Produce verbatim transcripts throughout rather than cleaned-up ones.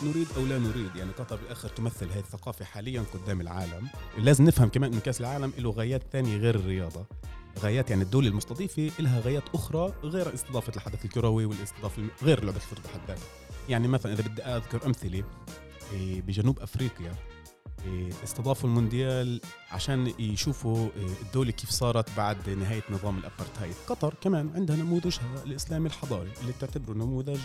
نريد أو لا نريد، يعني قطر بالآخر تمثل هذه الثقافة حاليا قدام العالم. لازم نفهم كمان أن كأس العالم له غايات تانية غير الرياضة، غايات يعني الدولة المستضيفة لها غايات أخرى غير استضافة الحدث الكروي والاستضافة غير لعبة الفوتبول بحد ذاتها. يعني مثلا إذا بدي أذكر أمثلة، بجنوب أفريقيا استضافوا المونديال عشان يشوفوا الدولة كيف صارت بعد نهاية نظام الأبارتهايد. قطر كمان عندها نموذجها الإسلامي الحضاري اللي بتعتبره نموذج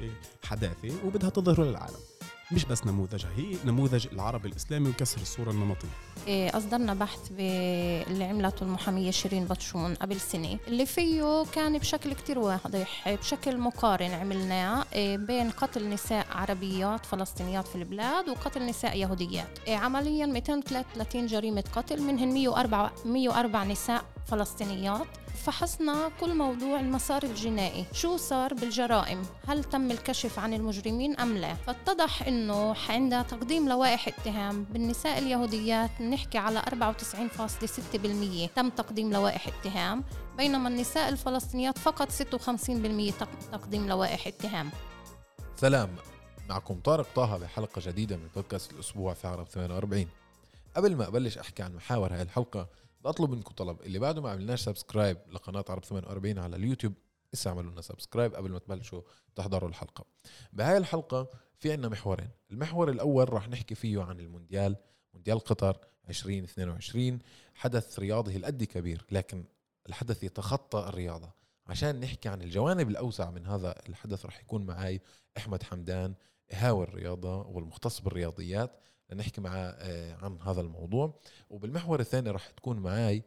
حداثي وبدها تظهره للعالم. مش بس نموذجها، هي نموذج العربي الإسلامي وكسر الصورة النمطية. أصدرنا بحث اللي عملته المحامية شيرين بطشون قبل سنة، اللي فيه كان بشكل كتير واضح، بشكل مقارن عملناه بين قتل نساء عربيات فلسطينيات في البلاد وقتل نساء يهوديات. عمليا مئتين وثلاثة وثلاثين جريمة قتل، منهن مئة وأربعة, مئة وأربعة نساء فلسطينيات. فحصنا كل موضوع المسار الجنائي، شو صار بالجرائم، هل تم الكشف عن المجرمين أم لا. فاتضح إنه عند تقديم لوائح اتهام بالنساء اليهوديات نحكي على أربعة وتسعين فاصلة ستة بالمئة تم تقديم لوائح اتهام، بينما النساء الفلسطينيات فقط ستة وخمسين بالمئة تقديم لوائح اتهام. سلام، معكم طارق طه بحلقة جديدة من بودكاست الأسبوع في عرب ثمانية وأربعين. قبل ما أبلش أحكي عن محاور هاي الحلقة أطلب منكم طلب، اللي بعده ما عملناش سبسكرايب لقناة عرب ثمانية وأربعين على اليوتيوب اسا عملوا لنا سبسكرايب قبل ما تبلشوا تحضروا الحلقة. بهاي الحلقة في عنا محورين. المحور الأول راح نحكي فيه عن المونديال، مونديال قطر عشرين اثنين وعشرين، حدث رياضي القد كبير، لكن الحدث يتخطى الرياضة. عشان نحكي عن الجوانب الأوسع من هذا الحدث راح يكون معي أحمد حمدان، هاوي الرياضة والمختص بالرياضيات، لنحكي معاه عن هذا الموضوع. وبالمحور الثاني راح تكون معاي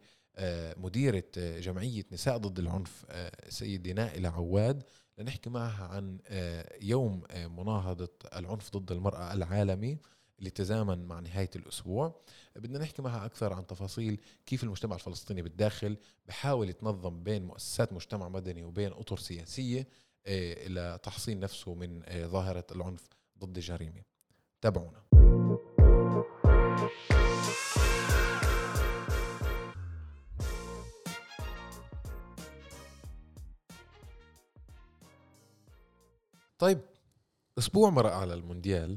مديرة جمعية نساء ضد العنف سيدة نائلة عواد، لنحكي معها عن يوم مناهضة العنف ضد المرأة العالمي اللي تزامن مع نهاية الأسبوع. بدنا نحكي معها أكثر عن تفاصيل كيف المجتمع الفلسطيني بالداخل بحاول يتنظم بين مؤسسات مجتمع مدني وبين أطر سياسية إلى تحصين نفسه من ظاهرة العنف ضد الجريمة. تابعونا. طيب، أسبوع مرق على المونديال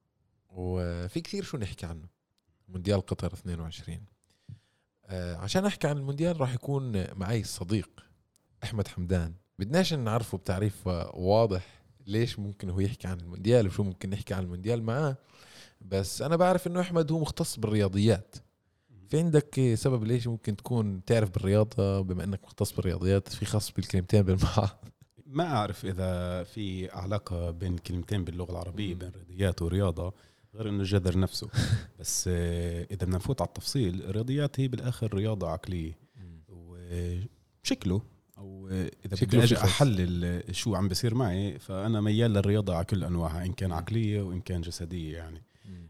وفي كثير شو نحكي عنه. مونديال قطر اثنين وعشرين. آه عشان أحكي عن المونديال راح يكون معي الصديق أحمد حمدان. بدناش نعرفه بتعريف واضح ليش ممكن هو يحكي عن المونديال وشو ممكن نحكي عن المونديال معاه، بس أنا بعرف إنه أحمد هو مختص بالرياضيات. في عندك سبب ليش ممكن تكون تعرف بالرياضة بما أنك مختص بالرياضيات في خاص بالكلمتين بالمعنى؟ ما أعرف إذا في علاقة بين كلمتين باللغة العربية بين رياضيات ورياضة غير إنه الجذر نفسه. بس إذا بدنا نفوت على التفصيل، الرياضيات هي بالآخر رياضة عقلية وشكله، أو إذا بدي أجي أحلل شو عم بيصير معي فأنا ميال للرياضة على كل أنواعها، إن كان عقلية وإن كان جسدية. يعني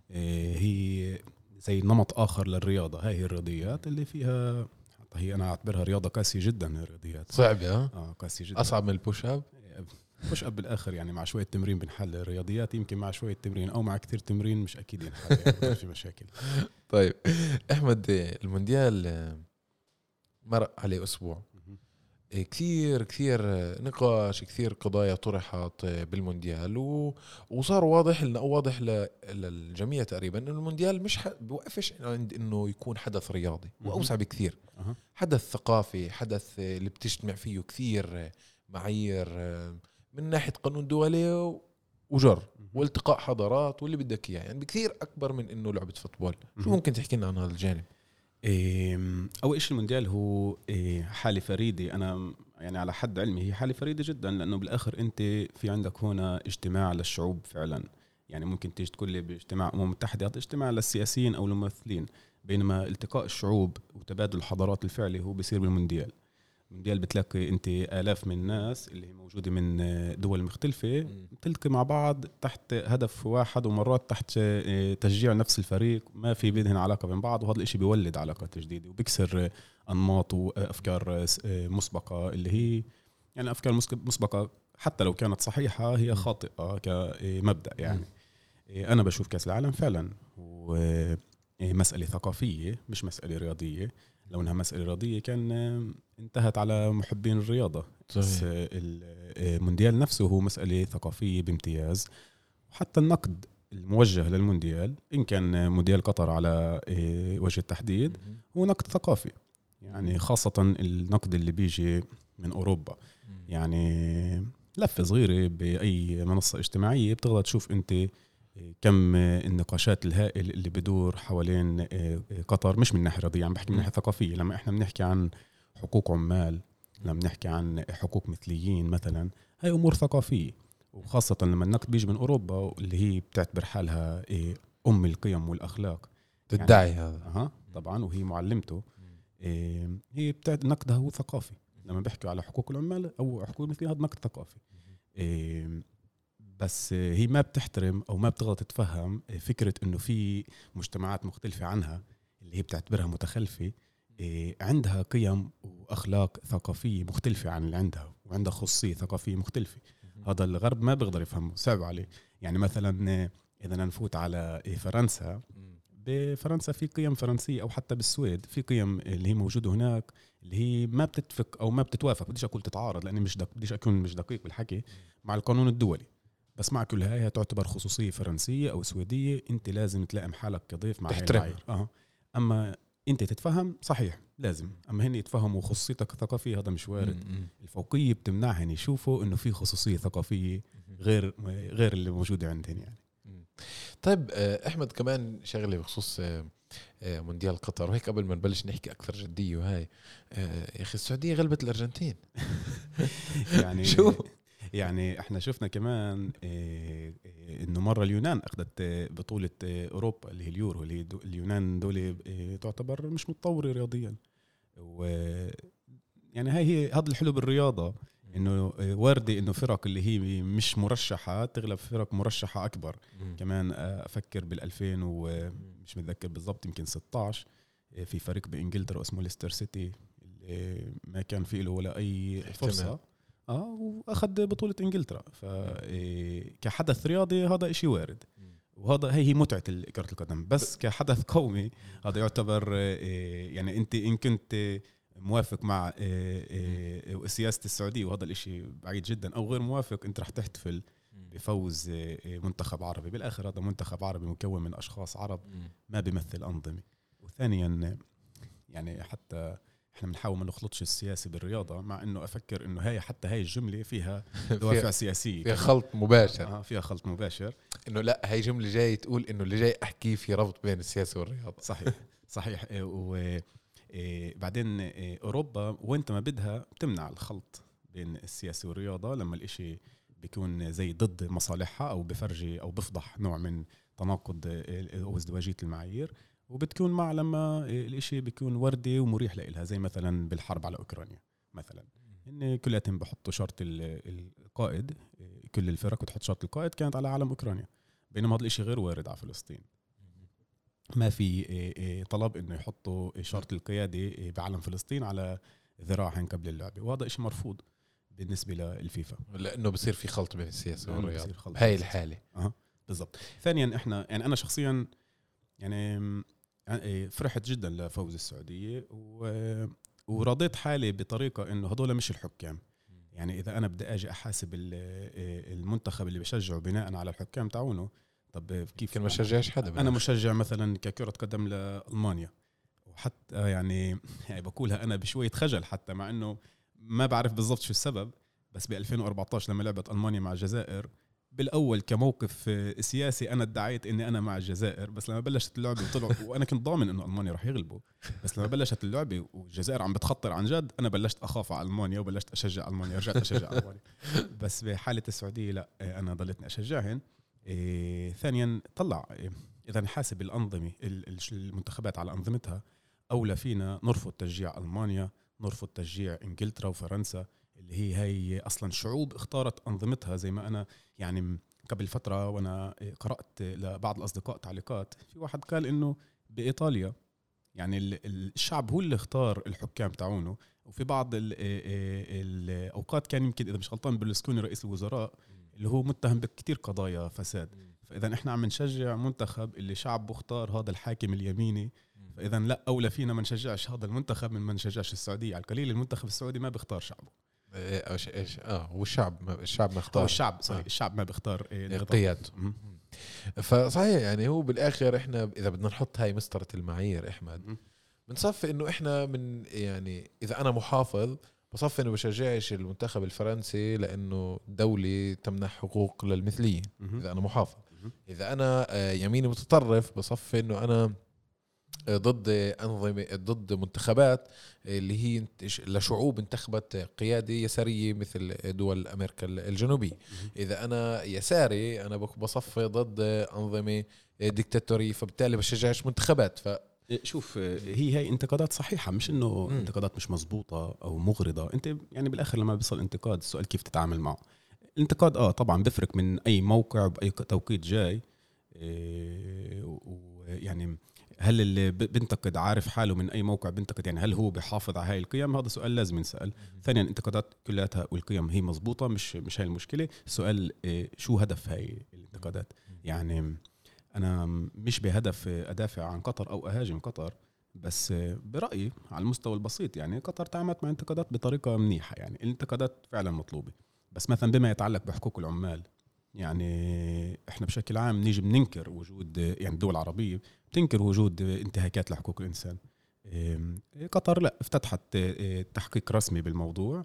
هي زي نمط آخر للرياضة. هاي الرياضيات اللي فيها، هي أنا أعتبرها رياضة قاسية جدا. الرياضيات صعبة، آه قاسية جدا، أصعب من البوش أب. بوش أب بالآخر يعني مع شوية تمرين بنحل. الرياضيات يمكن مع شوية تمرين أو مع كتير تمرين مش أكيد ينحل، يعني في مشاكل. طيب أحمد، المونديال مرق عليه أسبوع، كثير كثير نقاش، كثير قضايا طرحت بالمونديال، وصار واضح لنا، واضح للجميع تقريبا إنه المونديال مش بوقفش عند إنه يكون حدث رياضي، وأوسع بكثير. حدث ثقافي، حدث اللي بتجتمع فيه كثير معايير من ناحية قانون دولي وجر والتقاء حضارات واللي بدك إياه، يعني بكثير أكبر من إنه لعبة فوتبول. شو ممكن تحكي لنا عن هذا الجانب؟ أول إشي المونديال هو حالة فريدة. أنا يعني على حد علمي هي حالة فريدة جدا، لأنه بالآخر أنت في عندك هنا اجتماع للشعوب فعلا. يعني ممكن تيجي تقول لي باجتماع أمم متحدة هذا اجتماع للسياسيين أو الممثلين، بينما التقاء الشعوب وتبادل الحضارات الفعلي هو بيصير بالمونديال. المونديال بتلاقي أنت آلاف من الناس اللي موجودة من دول مختلفة تلتقي مع بعض تحت هدف واحد، ومرات تحت تشجيع نفس الفريق، ما في بينهم علاقة بين بعض. وهذا الاشي بيولد علاقات جديدة وبيكسر أنماط وأفكار مسبقة، اللي هي يعني أفكار مسبقة حتى لو كانت صحيحة هي خاطئة كمبدأ. يعني أنا بشوف كأس العالم فعلا ومسألة ثقافية مش مسألة رياضية. لو انها مسألة رياضية كان انتهت على محبين الرياضة. بس المونديال نفسه هو مسألة ثقافية بامتياز، وحتى النقد الموجه للمونديال إن كان مونديال قطر على وجه التحديد هو نقد ثقافي، يعني خاصة النقد اللي بيجي من أوروبا. يعني لفة صغيرة بأي منصة اجتماعية بتقدر تشوف أنت كم النقاشات الهائل اللي بدور حوالين قطر، مش من ناحية رياضية، عم بحكي من ناحية ثقافية. لما إحنا بنحكي عن حقوق عمال، لما بنحكي عن حقوق مثليين مثلا، هاي أمور ثقافية. وخاصة لما النقد بيجي من أوروبا اللي هي بتعتبر حالها أم القيم والأخلاق، تدعي يعني هذا. أها طبعا، وهي معلمته. هي بتاعت نقدها هو ثقافي. لما بيحكوا على حقوق العمال أو حقوق مثلي هذا نقد ثقافي. بس هي ما بتحترم أو ما بتغلط تتفهم فكرة إنه في مجتمعات مختلفة عنها اللي هي بتعتبرها متخلفة، عندها قيم وأخلاق ثقافية مختلفة عن اللي عندها، وعندها خصوصية ثقافية مختلفة. هذا الغرب ما بيقدر يفهمه، صعب عليه. يعني مثلا إذا نفوت على فرنسا، بفرنسا في قيم فرنسية، أو حتى بالسويد في قيم اللي هي موجودة هناك اللي هي ما بتتفق أو ما بتتوافق. بديش أقول تتعارض لأني مش دق... بديش أكون مش دقيق بالحكي مع القانون الدولي، بس مع كل هاي تعتبر خصوصية فرنسية أو سويدية، أنت لازم تلائم حالك كضيف مع هاي المعايير. أه. أما أنت تتفهم صحيح لازم، أما هن يتفهموا خصوصيتك الثقافية هذا مش وارد. الفوقية بتمنعهن يشوفوا إنه في خصوصية ثقافية غير غير اللي موجودة عندهن يعني. طيب أحمد، كمان شغلة بخصوص مونديال قطر، وهيك قبل ما نبلش نحكي أكثر جدية، وهاي يا أخي السعودية غلبت الأرجنتين. يعني شو يعني احنا شفنا كمان انه مرة اليونان اخذت بطولة اوروبا اللي هي اليورو، اللي اليونان دولة تعتبر مش متطورة رياضيا. و يعني هاي هي هذا الحلو بالرياضة، انه واردة انه فرق اللي هي مش مرشحة تغلب فرق مرشحة اكبر. م. كمان افكر بالالفين ومش متذكر بالضبط، يمكن ستة عشر في فريق بانجلترا اسمه ليستر سيتي اللي ما كان فيه له ولا اي فرصة اه واخذ بطولة انجلترا. فكحدث رياضي هذا اشي وارد، وهذا هي هي متعة كرة القدم. بس كحدث قومي هذا يعتبر يعني انت ان كنت موافق مع سياسة السعودية وهذا الاشي بعيد جدا، او غير موافق، انت رح تحتفل بفوز منتخب عربي. بالاخر هذا منتخب عربي مكون من اشخاص عرب ما بيمثل انظمة. وثانيا يعني حتى احنا بنحاول ما نخلطش السياسي بالرياضة، مع انه افكر انه هاي حتى هاي الجملة فيها دوافع سياسية، فيها خلط مباشر. آه فيها خلط مباشر، انه لا هاي جملة جاي تقول انه اللي جاي احكي في ربط بين السياسة والرياضة. صحيح صحيح. وبعدين اوروبا وانت ما بدها بتمنع الخلط بين السياسة والرياضة لما الاشي بيكون زي ضد مصالحها او بفرجي او بفضح نوع من تناقض او ازدواجية المعايير، وبتكون مع لما الاشي بيكون وردي ومريح لإلها. زي مثلا بالحرب على أوكرانيا مثلا، إن كلاتهم بحطوا شرط القائد، كل الفرق بتحط شرط القائد كانت على علم أوكرانيا، بينما هذا الاشي غير وارد على فلسطين. ما في طلب إنه يحطوا شرط القيادة بعلم فلسطين على ذراعهم قبل اللعبة، وهذا إشي مرفوض بالنسبة للفيفا، لأنه بصير في خلط بين السياسة والرياضة هاي الحالة. أه بالضبط. ثانيا إحنا يعني أنا شخصيا يعني فرحت جدا لفوز السعودية، ورضيت حالي بطريقة إنه هدول مش الحكام. يعني إذا أنا بدي أجي أحاسب المنتخب اللي بشجعه بناء على الحكام تعونه، طب كيف ما شجعش حدا؟ أنا مشجع مثلا ككرة قدم لألمانيا، وحتى يعني, يعني بقولها أنا بشوية خجل حتى، مع إنه ما بعرف بالضبط شو السبب. بس ب ألفين وأربعة عشر لما لعبت ألمانيا مع الجزائر، بالأول كموقف سياسي أنا ادعيت إني أنا مع الجزائر، بس لما بلشت اللعبة وطلعوا وأنا كنت ضامن إنه ألمانيا رح يغلبوا، بس لما بلشت اللعبة والجزائر عم بتخطر عن جد، أنا بلشت أخاف على ألمانيا وبلشت أشجع ألمانيا، رجعت أشجع ألمانيا. بس بحالة السعودية لا، أنا ضليتني أشجعهن. إيه ثانيا طلع إيه إذا نحاسب الأنظمة المنتخبات على أنظمتها، أولى فينا نرفض تشجيع ألمانيا، نرفض تشجيع إنجلترا وفرنسا اللي هي هي أصلا شعوب اختارت أنظمتها. زي ما أنا يعني قبل فترة وأنا قرأت لبعض الأصدقاء تعليقات، في واحد قال إنه بإيطاليا يعني الشعب هو اللي اختار الحكام تعونه، وفي بعض الأوقات كان يمكن إذا مش غلطان برلسكوني رئيس الوزراء اللي هو متهم بكتير قضايا فساد. فإذا إحنا عم نشجع منتخب اللي شعب اختار هذا الحاكم اليميني، فإذا لا أولى فينا ما نشجعش هذا المنتخب من ما نشجعش السعودية. على القليل المنتخب السعودي ما بيختار شعبه. ايش ايش اه والشعب ما الشعب ما اختار الشعب صحيح. آه. الشعب ما بيختار القيادة. فصحيح يعني هو بالاخر احنا اذا بدنا نحط هاي مسطره المعايير احمد م. بنصفي انه احنا من يعني اذا انا محافظ بصفي انه بشجعش المنتخب الفرنسي لانه دولة تمنح حقوق للمثليين اذا انا محافظ. اذا انا يميني متطرف بصفي انه انا ضد أنظمة ضد منتخبات اللي هي لشعوب انتخبت قيادة يسارية مثل دول أمريكا الجنوبية. إذا أنا يساري أنا بصفي ضد أنظمة ديكتاتورية فبالتالي بشجعش منتخبات. ف شوف هي هي انتقادات صحيحة مش إنه م. انتقادات مش مزبوطة أو مغرضة. أنت يعني بالآخر لما بيصل انتقاد السؤال كيف تتعامل معه. الانتقاد آه طبعا بفرق من أي موقع بأي توقيت جاي. ويعني هل اللي بنتقد عارف حاله من أي موقع بنتقد يعني هل هو بيحافظ على هاي القيم؟ هذا سؤال لازم ينسأل. ثانيا الانتقادات كلها والقيم هي مزبوطة مش مش هاي المشكلة. السؤال شو هدف هاي الانتقادات؟ يعني أنا مش بهدف أدافع عن قطر أو أهاجم قطر بس برأيي على المستوى البسيط يعني قطر تعاملت مع انتقادات بطريقة منيحة. يعني الانتقادات فعلا مطلوبة بس مثلا بما يتعلق بحقوق العمال يعني احنا بشكل عام نيجي بننكر وجود يعني الدول العربية بتنكر وجود انتهاكات لحقوق الإنسان. قطر لا افتتحت تحقيق رسمي بالموضوع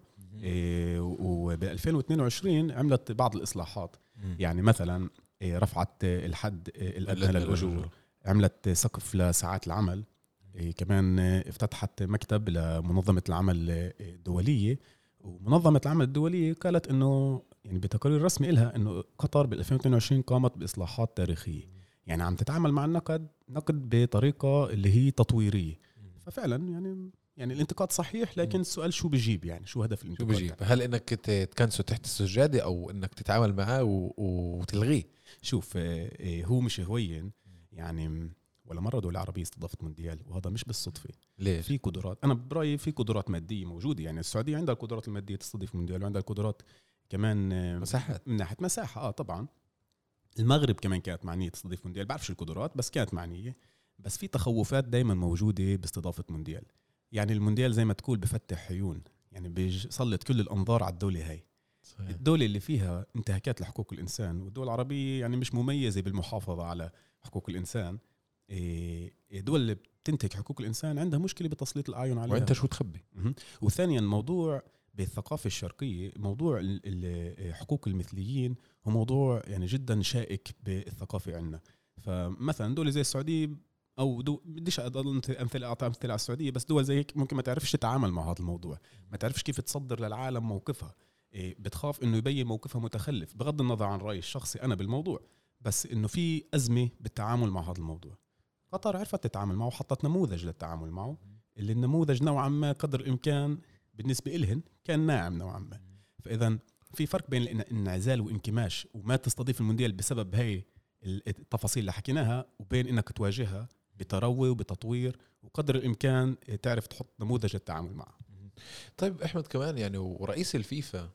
وب ألفين واثنين وعشرين عملت بعض الإصلاحات. يعني مثلا رفعت الحد الأدنى للأجور، عملت سقف لساعات العمل، كمان افتتحت مكتب لمنظمة العمل الدولية. ومنظمة العمل الدولية قالت إنه يعني بتقرير رسمي إلها إنه قطر بال ألفين واثنين وعشرين قامت بإصلاحات تاريخية. يعني عم تتعامل مع النقد نقد بطريقة اللي هي تطويرية. ففعلا يعني يعني الانتقاد صحيح لكن السؤال شو بيجيب يعني شو هدف الانتقاد؟ شو بيجيب؟ هل إنك تكنسه تحت السجادة أو إنك تتعامل معه وتلغيه؟ شوف هو مش هوين يعني ولا مرة دولة عربية استضافت مونديال وهذا مش بالصدفة. ليش؟ في قدرات أنا برأيي في قدرات مادية موجودة. يعني السعودية عندها القدرات المادية تستضيف مونديال وعندها القدرات كمان مساحات من ناحية مساحة. آه طبعا المغرب كمان كانت معنية تستضيف مونديال بعرفش القدرات بس كانت معنية. بس في تخوفات دايما موجودة باستضافة مونديال. يعني المونديال زي ما تقول بفتح عيون يعني بيسلط كل الأنظار على الدولة هاي. صحيح. الدولة اللي فيها انتهاكات لحقوق الإنسان والدول العربية يعني مش مميزة بالمحافظة على حقوق الإنسان. الدول اللي بتنتهك حقوق الإنسان عندها مشكلة بتسليط الأعين عليها. وأنت شو تخبي؟ وثانيا موضوع بالثقافة الشرقية موضوع حقوق المثليين هو موضوع يعني جدا شائك بالثقافة عندنا. فمثلا دولة زي السعودية أو دو بديش أضل أمثل أعطي أمثلة على السعودية بس دول زي هيك ممكن ما تعرفش تتعامل مع هذا الموضوع، ما تعرفش كيف تصدر للعالم موقفها. بتخاف إنه يبين موقفها متخلف بغض النظر عن رأيي الشخصي أنا بالموضوع، بس إنه في أزمة بالتعامل مع هذا الموضوع. قطر عرفت تتعامل معه وحطت نموذج للتعامل معه اللي النموذج نوعا ما قدر الإمكان بالنسبة إلهن كان ناعم نوعا ما. فإذا في فرق بين الانعزال وانكماش وما تستضيف المونديال بسبب هاي التفاصيل اللي حكيناها وبين إنك تواجهها بتروي وبتطوير وقدر الإمكان تعرف تحط نموذج التعامل معه. طيب أحمد كمان يعني ورئيس الفيفا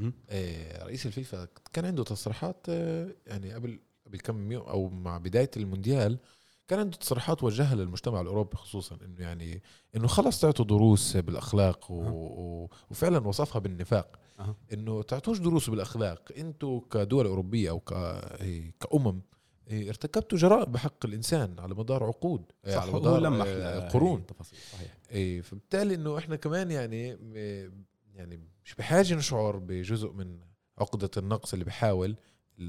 آه رئيس الفيفا كان عنده تصريحات آه يعني قبل قبل كم يوم أو مع بداية المونديال كان عنده تصريحات وجهها للمجتمع الأوروبي خصوصا إنه يعني إنه خلص تعطوا دروس بالأخلاق و... و... وفعلا وصفها بالنفاق. أه. إنه تعطوش دروس بالأخلاق أنتوا كدول أوروبية أو ك... كأمم ارتكبتوا جرائم بحق الإنسان على مدار عقود على مدار قرون. صحيح. فبالتالي إنه إحنا كمان يعني يعني مش بحاجة نشعر بجزء من عقدة النقص اللي بحاول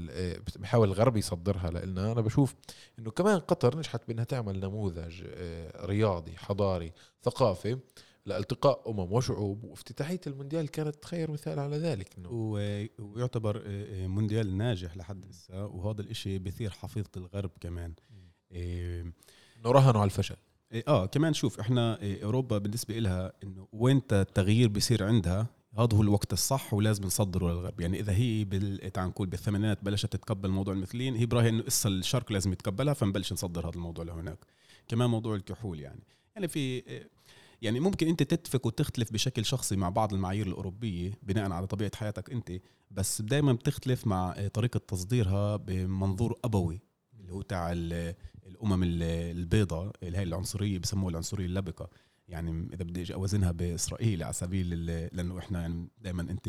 بحاول الغرب يصدرها لنا. أنا بشوف إنه كمان قطر نجحت بأنها تعمل نموذج رياضي حضاري ثقافي لالتقاء أمم وشعوب، وافتتاحية المونديال كانت خير مثال على ذلك. إنه ويعتبر مونديال ناجح لحد هسه، وهذا الإشي بيثير حفيظة الغرب كمان إنه رهنوا على الفشل. آه كمان شوف إحنا أوروبا بالنسبة إلها إنه وين التغيير بيصير عندها هذا هو الوقت الصح ولازم نصدره للغرب. يعني إذا هي بال... تعال نقول بالثمانينات بلشت تتقبل موضوع المثليين، هي براهي إنه إسا الشرق لازم يتقبلها فنبلش نصدر هذا الموضوع لهناك. كمان موضوع الكحول يعني يعني في يعني ممكن أنت تتفق وتختلف بشكل شخصي مع بعض المعايير الأوروبية بناء على طبيعة حياتك أنت، بس دائما بتختلف مع طريقة تصديرها بمنظور أبوي اللي هو تاع الأمم البيضاء اللي هي العنصرية بسموها العنصرية اللبقة. يعني إذا بدي أجي أوزنها بإسرائيل على سبيل لأنه إحنا يعني دائما أنت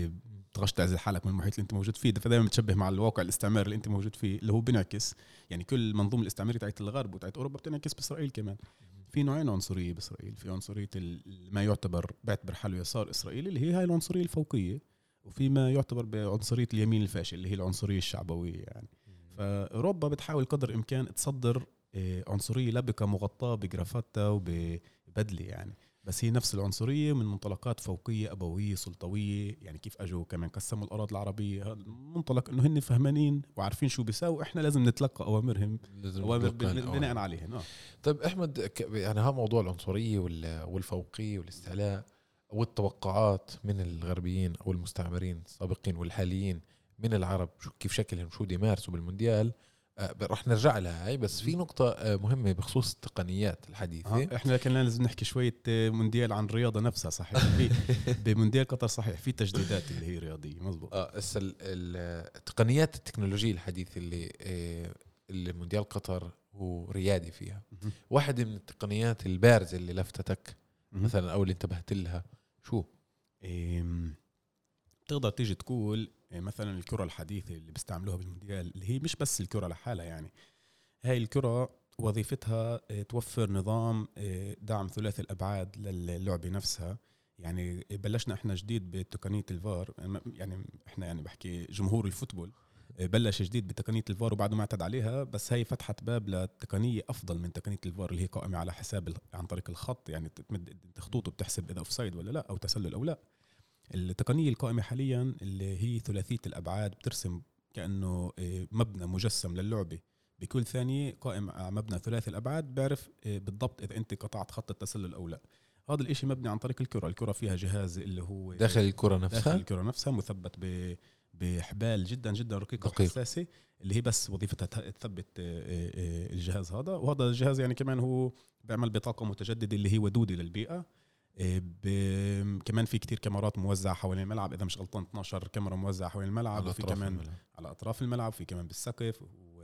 تغش تعزل حالك من المحيط اللي انت موجود فيه، فدائما بتشبه مع الواقع الاستعماري اللي انت موجود فيه اللي هو بينعكس. يعني كل منظومه الاستعماريه تاعت الغرب وتاعت اوروبا بتنعكس باسرائيل كمان. في نوعين عنصريه باسرائيل، في عنصريه ما يعتبر بعتبر حاله يسار اسرائيلي اللي هي هاي العنصريه الفوقيه، وفي ما يعتبر بعنصريه اليمين الفاشل اللي هي العنصريه الشعبويه يعني. فاوروبا بتحاول قدر الامكان تصدر عنصريه لبكه مغطاه بجرافاتا وببدله يعني، بس هي نفس العنصريه من منطلقات فوقيه ابويه سلطويه. يعني كيف اجوا كمان قسموا الاراضي العربيه، هذا منطلق انه هن فهمانين وعارفين شو بيساووا، احنا لازم نتلقى اوامرهم اوامر بناء عليها. آه. طيب احمد، يعني ها موضوع العنصريه والفوقيه والاستعلاء والتوقعات من الغربيين او المستعمرين السابقين والحاليين من العرب، شو كيف شكلهم شو يمارسوا بالمونديال، آه رح نرجع لها هاي. بس في نقطة آه مهمة بخصوص التقنيات الحديثة. آه احنا كنا لازم نحكي شوية مونديال عن الرياضة نفسها. صحيح في بمونديال قطر صحيح في تجديدات اللي هي رياضية مزبوط. اه التقنيات التكنولوجية الحديثة اللي آه اللي مونديال قطر هو ريادي فيها، واحدة من التقنيات البارزة اللي لفتتك مثلا او اللي انتبهت لها شو؟ تقدر تيجي تقول مثلا الكرة الحديثة اللي بيستعملوها بالمونديال اللي هي مش بس الكرة لحالها. يعني هاي الكرة وظيفتها توفر نظام دعم ثلاثي الأبعاد للعبة نفسها. يعني بلشنا احنا جديد بتقنية الفار، يعني احنا يعني بحكي جمهور الفوتبول بلش جديد بتقنية الفار وبعده ما اعتد عليها، بس هاي فتحت باب لتقنية أفضل من تقنية الفار اللي هي قائمة على حساب عن طريق الخط. يعني تمد خطوط وبتحسب إذا أوفسايد ولا لا أو تسلل أو لا. التقنية القائمة حاليا اللي هي ثلاثية الأبعاد بترسم كأنه مبنى مجسم للعبة بكل ثانية قائم على مبنى ثلاثي الأبعاد، بعرف بالضبط إذا أنت قطعت خط التسلل أو لا. هذا الإشي مبني عن طريق الكرة. الكرة فيها جهاز اللي هو داخل الكرة نفسها، داخل الكرة نفسها مثبت بحبال جدا جدا رقيقة وحساسة اللي هي بس وظيفتها تثبت الجهاز هذا. وهذا الجهاز يعني كمان هو بيعمل بطاقة متجددة اللي هي ودودة للبيئة. كمان في كتير كاميرات موزعة حوالين الملعب، إذا مش غلطان اثناشر كاميرا موزعة حوالين الملعب، وفي كمان الملعب. على أطراف الملعب، في كمان بالسقف،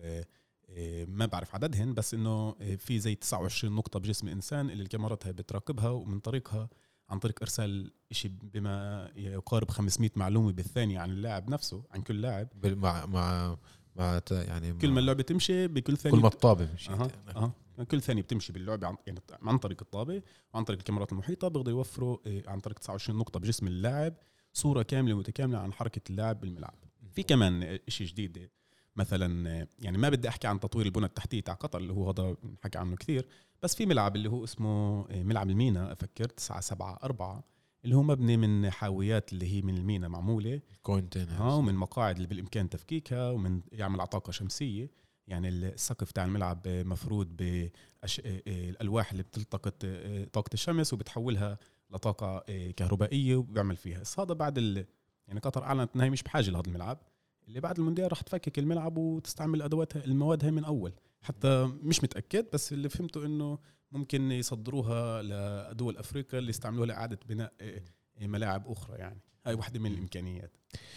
وما بعرف عددهن بس إنه في زي تسعة وعشرين نقطة بجسم الإنسان اللي الكاميرات هاي بتراقبها، ومن طريقها عن طريق إرسال إشي بما يقارب خمسمية معلومة بالثانية عن اللاعب نفسه، عن كل لاعب مع مع مع يعني كل ما اللعبة تمشي بكل ثانية كل ما الطابة مشي أه. أه. كل ثانية بتمشي باللعبة عن يعني عن طريق الطابة وعن طريق الكاميرات المحيطة، بيقدروا يوفروا عن طريق تسعة وعشرين نقطة بجسم اللاعب صورة كاملة متكاملة عن حركة اللاعب بالملعب. في كمان إشي جديد مثلا، يعني ما بدي أحكي عن تطوير البنى التحتية تاع قطر اللي هو هذا نحكي عنه كثير، بس في ملعب اللي هو اسمه ملعب المينا، أفكر تسعة سبعة أربعة، اللي هو مبني من حاويات اللي هي من المينا معمولة ها، ومن مقاعد اللي بالإمكان تفكيكها، ومن يعمل عطاقة شمسية. يعني السقف تاع الملعب مفروض بالألواح اللي بتلتقط طاقة الشمس وبتحولها لطاقة كهربائية وبيعمل فيها. هذا بعد ال... يعني قطر أعلنت أنها مش بحاجة لهذا الملعب، اللي بعد المونديال راح تفكك الملعب وتستعمل أدواتها المواد هاي من أول. حتى مش متأكد، بس اللي فهمته إنه ممكن يصدروها لدول أفريقيا اللي استعملوها لإعادة بناء ملاعب أخرى. يعني هاي واحدة من الإمكانيات.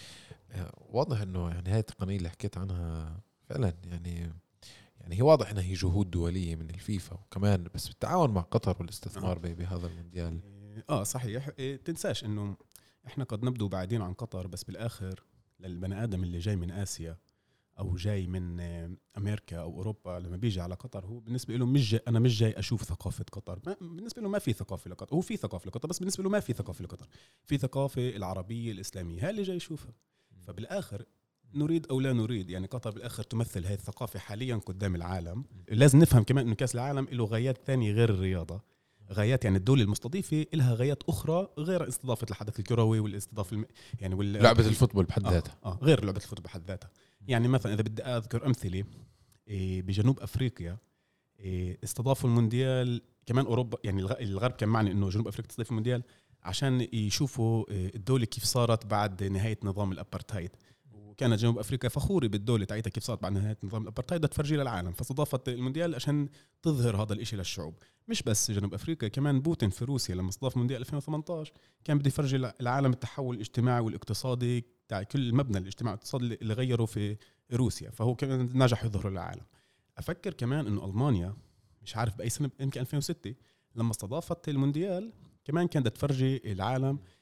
واضح إنه يعني هاي التقنية اللي حكيت عنها فعلا يعني يعني هي واضح إنها هي جهود دولية من الفيفا وكمان بس بالتعاون مع قطر والاستثمار آه. بهذا المونديال. آه صحيح. تنساش إنه إحنا قد نبدو بعيدين عن قطر، بس بالآخر للبني آدم اللي جاي من آسيا أو جاي من أمريكا أو أوروبا لما بيجي على قطر، هو بالنسبة له مش جاي، أنا مش جاي أشوف ثقافة قطر. بالنسبة له ما في ثقافة لقطر، هو في ثقافة لقطر بس بالنسبة له ما في ثقافة لقطر، في ثقافة العربية الإسلامية، هاي اللي جاي يشوفها. فبالآخر نريد أو لا نريد، يعني قطر بالآخر تمثل هاي الثقافة حاليا قدام العالم. لازم نفهم كمان إنه كأس العالم له غايات ثانية غير الرياضة، غايات يعني الدولة المستضيفة لها غايات أخرى غير استضافة الحدث الكروي والاستضافة الم... يعني وال... لعبة الفوتبول بحد ذاتها. آه. آه غير لعبة الفوتبول بحد ذاتها. يعني مثلا إذا بدي أذكر أمثلة، إيه بجنوب أفريقيا إيه استضافوا المونديال، كمان أوروبا يعني الغرب كان معني إنه جنوب أفريقيا تستضيف المونديال عشان يشوفوا إيه الدولة كيف صارت بعد نهاية نظام الأبارتايد. كانت جنوب أفريقيا فخورة بالدولة تاعتها كيف صارت بعد نهاية نظام الأبارتايد، تفرجي للعالم، فاستضافت المونديال عشان تظهر هذا الإشي للشعوب. مش بس جنوب أفريقيا، كمان بوتين في روسيا لما استضاف مونديال ألفين وثمانية عشر كان بده يفرجي العالم التحول الاجتماعي والاقتصادي تاع كل المبنى الاجتماعي والاقتصادي اللي غيره في روسيا، فهو كمان نجح يظهره للعالم. أفكر كمان إنه ألمانيا مش عارف بأي سنة، يمكن ألفين وستة لما استضافت المونديال كمان كانت تفرجي العالم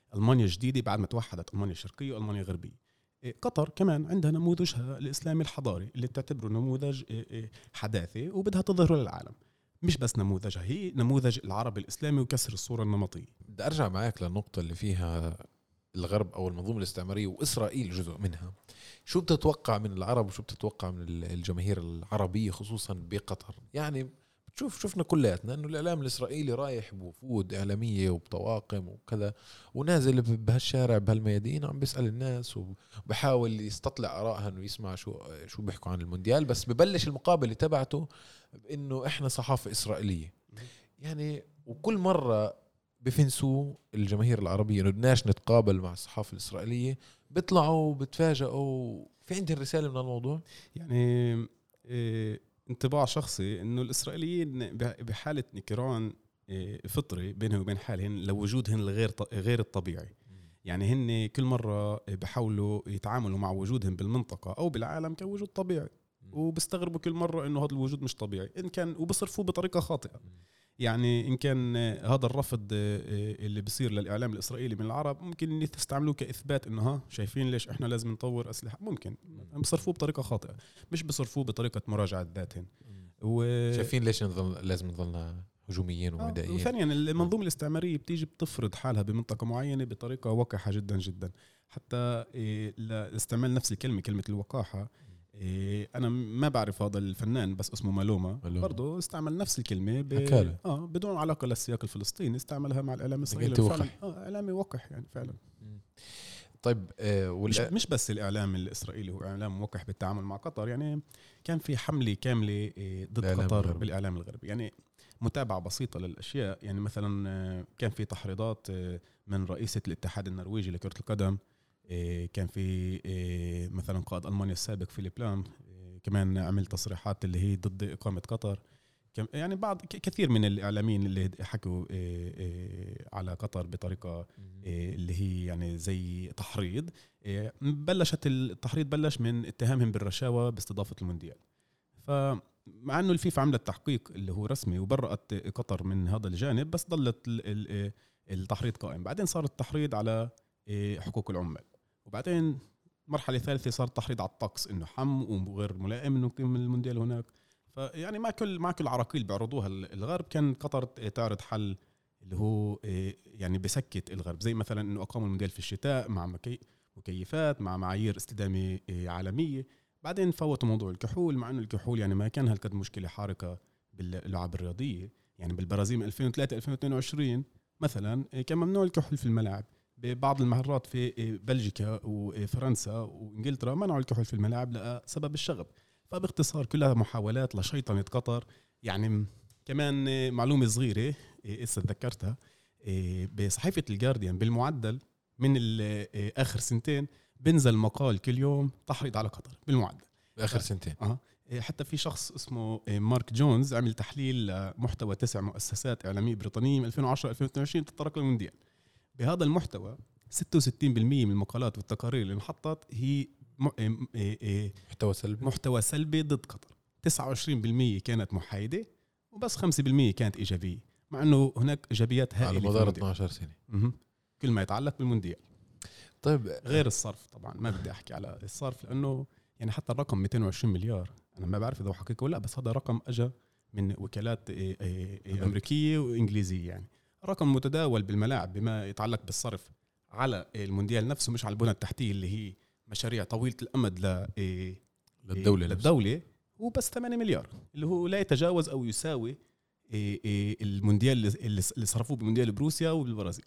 ألمانيا الجديدة بعد ما توحدت ألمانيا الشرقية وألمانيا الغربية. قطر كمان عندها نموذجها الإسلامي الحضاري اللي بتعتبره نموذج حداثي وبدها تظهره للعالم. مش بس نموذجها، هي نموذج العرب الإسلامي وكسر الصورة النمطية. بدي أرجع معك للنقطة اللي فيها الغرب أو المنظومة الاستعمارية وإسرائيل جزء منها. شو بتتوقع من العرب وشو بتتوقع من الجماهير العربية خصوصا بقطر؟ يعني شوف شفنا كلياتنا انه الاعلام الاسرائيلي رايح بوفود اعلاميه وبطواقم وكذا ونازل بهالشارع بهالميادين عم بيسال الناس وبحاول يستطلع ارائها انه يسمع شو شو بيحكوا عن المونديال، بس ببلش المقابله تبعته بانه احنا صحافه اسرائيليه. يعني وكل مره بفنسوا الجماهير العربيه انه بدناش نتقابل مع الصحافه الاسرائيليه، بيطلعوا بتفاجئوا. في عندي الرساله من الموضوع يعني إيه انطباع شخصي انه الاسرائيليين بحاله نكران فطري بينهم وبين حالهم لوجودهم الغير غير الطبيعي. يعني هن كل مره بحاولوا يتعاملوا مع وجودهم بالمنطقه او بالعالم كوجود طبيعي، وبيستغربوا كل مره انه هذا الوجود مش طبيعي ان كان، وبصرفوه بطريقه خاطئه. يعني إن كان هذا الرفض اللي بيصير للإعلام الإسرائيلي من العرب ممكن تستعملوه كإثبات إنه ها شايفين ليش إحنا لازم نطور أسلحة، ممكن بصرفوه بطريقة خاطئة، مش بصرفوه بطريقة مراجعة ذاتهم. و... شايفين ليش نظل لازم نضلنا هجوميين ومدائيين. آه. وثانيا المنظومة الاستعمارية بتيجي بتفرض حالها بمنطقة معينة بطريقة وقحة جدا جدا، حتى لاستعمال نفس الكلمة كلمة الوقاحة. إيه أنا ما بعرف هذا الفنان بس اسمه مالوما برضو استعمل نفس الكلمة ب... آه بدون علاقة للسياق الفلسطيني، استعملها مع الإعلام الإسرائيلي فعلا. آه إعلامي وقح يعني فعلا. طيب آه ولا... مش بس الإعلام الإسرائيلي هو إعلام موقح بالتعامل مع قطر، يعني كان في حملة كاملة ضد قطر الغرب. بالإعلام الغربي، يعني متابعة بسيطة للأشياء. يعني مثلا كان في تحريضات من رئيسة الاتحاد النرويجي لكرة القدم، كان في مثلا قائد ألمانيا السابق فيليب لام كمان عمل تصريحات اللي هي ضد إقامة قطر. يعني بعض كثير من الإعلاميين اللي حكوا على قطر بطريقة اللي هي يعني زي تحريض. بلشت التحريض بلش من اتهامهم بالرشاوى باستضافة المونديال، فمع أنه الفيفا عملت تحقيق اللي هو رسمي وبرأت قطر من هذا الجانب، بس ضلت التحريض قائم. بعدين صار التحريض على حقوق العمال، وبعدين مرحلة ثالثة صار تحريض على الطقس إنه حم وغير ملائم إنه يقيم المونديال هناك. فيعني مع كل مع كل عراقيل بيعرضوها الغرب كان قطر تعرض حل اللي هو يعني بسكت الغرب، زي مثلا إنه أقاموا المونديال في الشتاء مع مكي مكيفات مع معايير استدامة عالمية. بعدين فوتوا موضوع الكحول، مع إنه الكحول يعني ما كان هالقد مشكلة حارقة باللعب الرياضية. يعني بالبرازيل ألفين وثلاثة ألفين واثنين وعشرين مثلا كان ممنوع الكحول في الملاعب. ببعض المرات في بلجيكا وفرنسا وإنجلترا منعوا الكحول في الملاعب لسبب الشغب. فباختصار كلها محاولات لشيطنة قطر. يعني كمان معلومة صغيرة إسا ذكرتها، بصحيفة الجارديان بالمعدل من آخر سنتين بنزل مقال كل يوم تحريض على قطر بالمعدل آخر سنتين. أه. حتى في شخص اسمه مارك جونز عمل تحليل محتوى تسع مؤسسات إعلامية بريطانية من ألفين وعشرة ألفين واثنين وعشرين تطرق للمونديال. بهذا المحتوى ستة وستين بالمية من المقالات والتقارير اللي انحطت هي محتوى سلبي محتوى سلبي ضد قطر. تسعة وعشرين بالمية كانت محايدة وبس خمسة بالمية كانت إيجابية، مع أنه هناك إيجابيات هائلة على مدار اثني عشر سنة م- كل ما يتعلق بالمونديال. طيب غير الصرف طبعا ما بدي أحكي على الصرف لأنه يعني حتى الرقم مئتين وعشرين مليار أنا ما بعرف إذا هو حقيقي ولا، بس هذا رقم أجا من وكالات أمريكية وإنجليزية. يعني رقم متداول بالملاعب بما يتعلق بالصرف على المونديال نفسه، مش على البنى التحتية اللي هي مشاريع طويلة الأمد ل للدولة للدولة. هو بس ثمانية مليار اللي هو لا يتجاوز أو يساوي المونديال اللي صرفوه بمونديال بروسيا وبالبرازيل.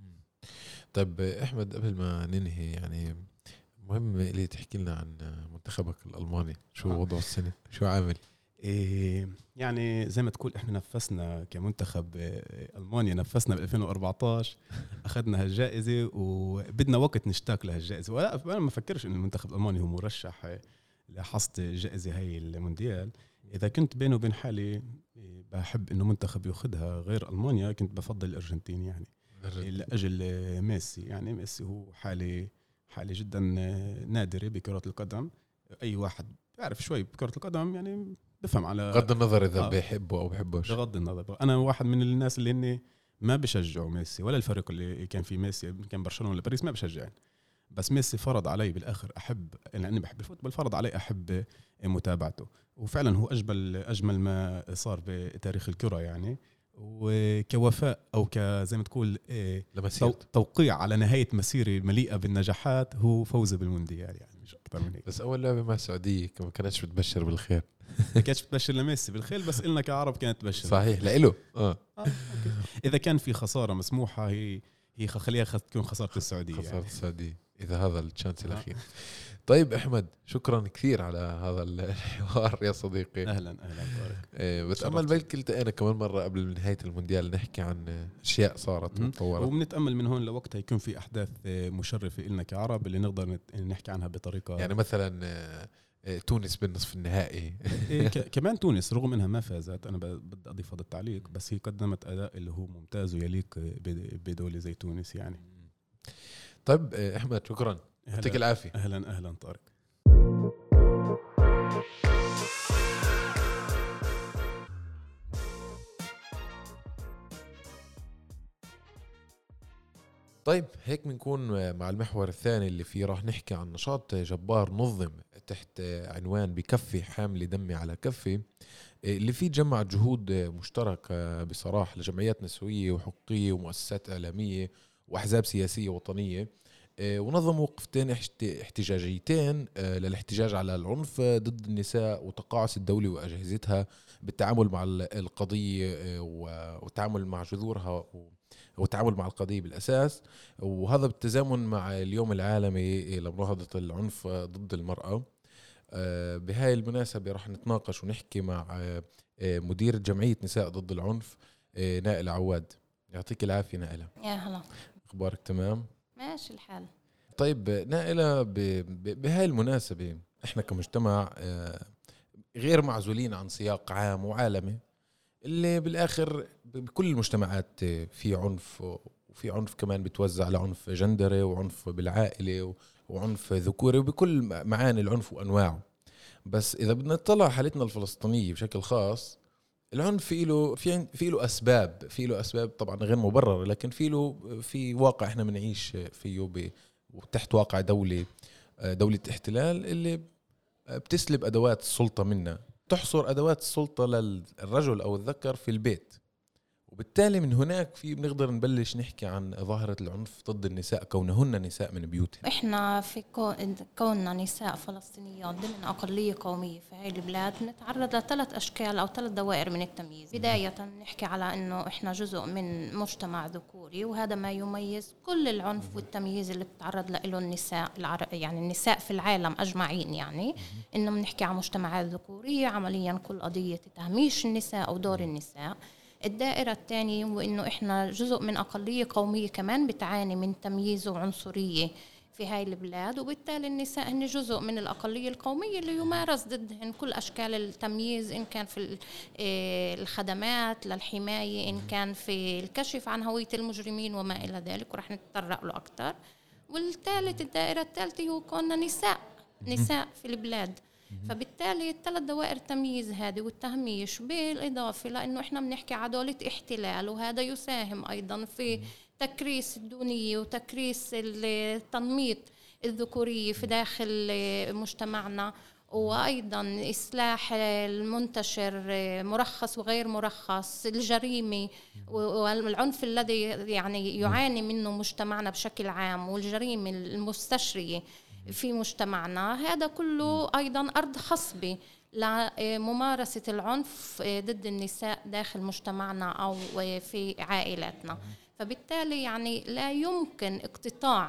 طيب أحمد قبل ما ننهي يعني مهم اللي تحكي لنا عن منتخبك الألماني، شو آه. وضعه السنة، شو عامل؟ إيه يعني زي ما تقول احنا نفسنا كمنتخب ألمانيا نفسنا ب ألفين وأربعتاشر اخذنا هالجائزة وبدنا وقت نشتاق لهالجائزة. ولا انا ما فكرش ان المنتخب الألماني هو مرشح لحصد الجائزة هاي المونديال. اذا كنت بينه وبين حالي بحب انه منتخب ياخذها غير ألمانيا كنت بفضل الأرجنتين، يعني لأجل ميسي. يعني ميسي هو حالي حالي جدا نادرة بكرة القدم. اي واحد بعرف شوي بكرة القدم يعني بفهم على بغض النظر إذا آه. بيحبه أو بحبوش، بغض النظر. أنا واحد من الناس اللي إني ما بشجعوا ميسي ولا الفريق اللي كان فيه ميسي كان برشلونة ولا باريس ما بشجعين، بس ميسي فرض علي بالآخر أحب، لأني بحب الفوتبول، فرض علي أحب متابعته. وفعلا هو أجمل أجمل ما صار بتاريخ الكرة يعني، وكوفاء أو كزي ما تقول توقيع على نهاية مسيرة مليئة بالنجاحات هو فوزه بالمونديال يعني، مش أكتر من هيك. بس أول لعبة مع السعودية ما كانتش بتبشر بالخير. ما كانتش بتبشر لميسي بالخير، بس إلنا كعرب كانت تبشر. صحيح لإله. آه. آه. إذا كان في خسارة مسموحة هي هي خليها تكون خسارة السعودية. خسارة يعني. السعودية إذا هذا الشانس آه. الأخير. طيب أحمد شكرا كثير على هذا الحوار يا صديقي. أهلا أهلا بارك. إيه بس أمل بلك التقينا كمان مرة قبل نهاية المونديال نحكي عن أشياء صارت وتطورت، وبنتأمل من هون لوقتها يكون في أحداث مشرفة إلنا كعرب اللي نقدر نحكي عنها بطريقة يعني مثلا تونس بالنصف النهائي. إيه كمان تونس رغم انها ما فازت، انا بدي اضيف هذا التعليق، بس هي قدمت اداء اللي هو ممتاز ويليق بدولة زي تونس يعني. طيب احمد شكرا، يعطيك العافية. اهلا اهلا طارق. طيب هيك بنكون مع المحور الثاني اللي فيه راح نحكي عن نشاط جبار نظم تحت عنوان بكفي حاملة دمي على كفي، اللي فيه جمع جهود مشتركة بصراحة لجمعيات نسوية وحقوقية ومؤسسات إعلامية وأحزاب سياسية وطنية، ونظموا وقفتين احتجاجيتين للاحتجاج على العنف ضد النساء وتقاعس الدولة وأجهزتها بالتعامل مع القضية والتعامل مع جذورها والتعامل مع القضية بالأساس، وهذا بالتزامن مع اليوم العالمي لمناهضة العنف ضد المرأة. بهاي المناسبة رح نتناقش ونحكي مع مدير جمعية نساء ضد العنف نائلة عواد. يعطيك العافية نائلة. يا هلا، أخبارك تمام؟ ماشي الحال. طيب نائلة، بهاي المناسبة احنا كمجتمع غير معزولين عن سياق عام وعالمي اللي بالآخر بكل المجتمعات في عنف، وفي عنف كمان بتوزع لعنف جندري وعنف بالعائلة وعنف ذكوري وبكل معاني العنف وأنواعه. بس إذا بدنا نطلع حالتنا الفلسطينية بشكل خاص، العنف في له في في له أسباب في له أسباب طبعا غير مبررة، لكن في له في واقع إحنا بنعيش فيه وتحت واقع دولة دولة احتلال اللي بتسلب أدوات السلطة منا، تحصر أدوات السلطة للرجل أو الذكر في البيت، وبالتالي من هناك في بنقدر نبلش نحكي عن ظاهرة العنف ضد النساء كونهن نساء من بيوتهم. إحنا في كوننا نساء فلسطينيات ضمن أقلية قومية في هاي البلاد نتعرض لثلاث أشكال أو ثلاث دوائر من التمييز. بداية نحكي على إنه إحنا جزء من مجتمع ذكوري، وهذا ما يميز كل العنف والتمييز اللي بتتعرض له النساء العرب، يعني النساء في العالم أجمعين، يعني إنه بنحكي عن مجتمعات ذكورية عمليا كل قضية تهميش النساء أو دور النساء. الدائرة الثانية وإنه إحنا جزء من أقلية قومية كمان بتعاني من تمييز وعنصرية في هاي البلاد، وبالتالي النساء هن جزء من الأقلية القومية اللي يمارس ضدهن كل أشكال التمييز، إن كان في الخدمات للحماية، إن كان في الكشف عن هوية المجرمين وما إلى ذلك، ورح نتطرق له أكتر. والثالث الدائرة الثالثة هو كوننا نساء نساء في البلاد، فبالتالي الثلاث دوائر التمييز هذه والتهميش، بالإضافة لأنه إحنا بنحكي على دولة احتلال، وهذا يساهم أيضا في تكريس الدونية وتكريس التنميط الذكورية في داخل مجتمعنا، وأيضا إصلاح المنتشر مرخص وغير مرخص، الجريمة والعنف الذي يعني يعاني منه مجتمعنا بشكل عام، والجريمة المستشرية في مجتمعنا، هذا كله أيضا أرض خصبة لممارسة العنف ضد النساء داخل مجتمعنا أو في عائلاتنا. فبالتالي يعني لا يمكن اقتطاع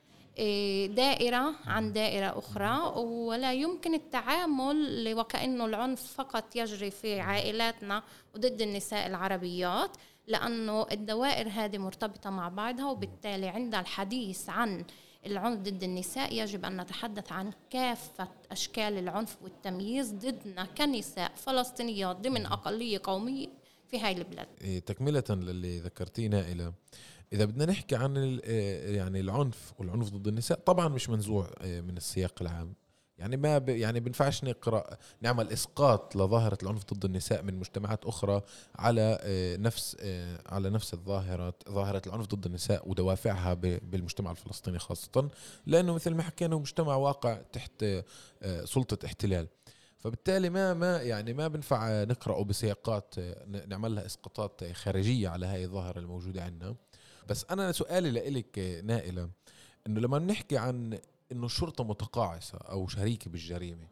دائرة عن دائرة أخرى، ولا يمكن التعامل وكأنه العنف فقط يجري في عائلاتنا وضد النساء العربيات، لأنه الدوائر هذه مرتبطة مع بعضها. وبالتالي عند الحديث عن العنف ضد النساء يجب أن نتحدث عن كافة أشكال العنف والتمييز ضدنا كنساء فلسطينيات ضمن أقلية قومية في هاي البلاد. تكملة للي ذكرتينا إلى إذا بدنا نحكي عن يعني العنف والعنف ضد النساء، طبعا مش منزوع من السياق العام، يعني ما ب... يعني بنفعش نقرأ نعمل إسقاط لظاهرة العنف ضد النساء من مجتمعات أخرى على نفس على نفس الظاهرة ظاهرة العنف ضد النساء ودوافعها ب... بالمجتمع الفلسطيني خاصة، لأنه مثل ما حكينا مجتمع واقع تحت سلطة احتلال. فبالتالي ما ما يعني ما بنفع نقرأه بسياقات نعمل لها إسقاطات خارجية على هاي الظاهرة الموجودة عندنا. بس أنا سؤالي لإلك نائلة، إنه لما نحكي عن إنه الشرطة متقاعسة أو شريكة بالجريمة،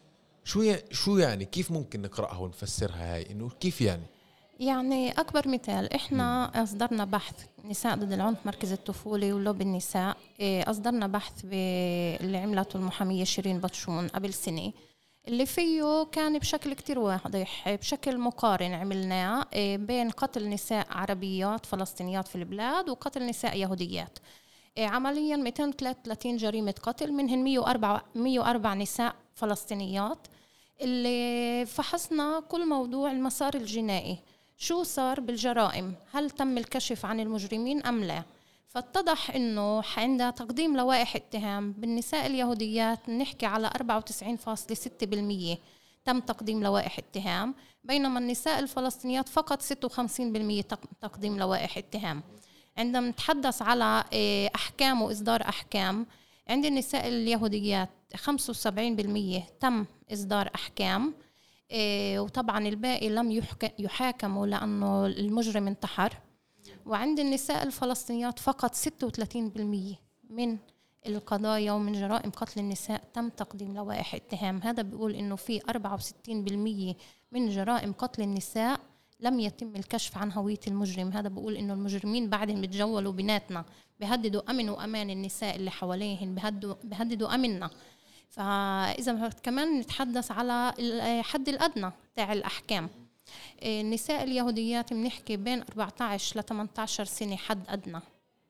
شو شو يعني كيف ممكن نقرأها ونفسرها هاي؟ إنه كيف يعني؟ يعني أكبر مثال إحنا م. أصدرنا بحث نساء ضد العنف مركز الطفولة ولوب النساء، أصدرنا بحث اللي عملته المحامية شيرين بطشون قبل سنة، اللي فيه كان بشكل كتير واضح بشكل مقارن عملناه بين قتل نساء عربيات فلسطينيات في البلاد وقتل نساء يهوديات. عمليا مئتين وثلاثة وثلاثين جريمة قتل، منهن مئة وأربعة, مئة وأربعة نساء فلسطينيات. اللي فحصنا كل موضوع المسار الجنائي، شو صار بالجرائم، هل تم الكشف عن المجرمين أم لا. فاتضح انه عند تقديم لوائح اتهام بالنساء اليهوديات نحكي على أربعة وتسعين فاصلة ستة بالمية تم تقديم لوائح اتهام، بينما النساء الفلسطينيات فقط ستة وخمسين بالمية تقديم لوائح اتهام. عندما نتحدث على أحكام وإصدار أحكام، عند النساء اليهوديات خمسة وسبعين بالمية تم إصدار أحكام، وطبعا الباقي لم يحاكموا لأنه المجرم انتحر. وعند النساء الفلسطينيات فقط ستة وثلاثين بالمية من القضايا ومن جرائم قتل النساء تم تقديم لوائح اتهام. هذا بيقول إنه في أربعة وستين بالمية من جرائم قتل النساء لم يتم الكشف عن هوية المجرم. هذا بيقول إنه المجرمين بعدهم بتجولوا بيناتنا، بيهددوا أمن وأمان النساء اللي حواليهن، بيهددوا, بيهددوا أمننا. فإذا كمان نتحدث على الحد الأدنى تاع الأحكام، النساء اليهوديات بنحكي بين أربعة عشر ل ثمانية عشر سنة حد أدنى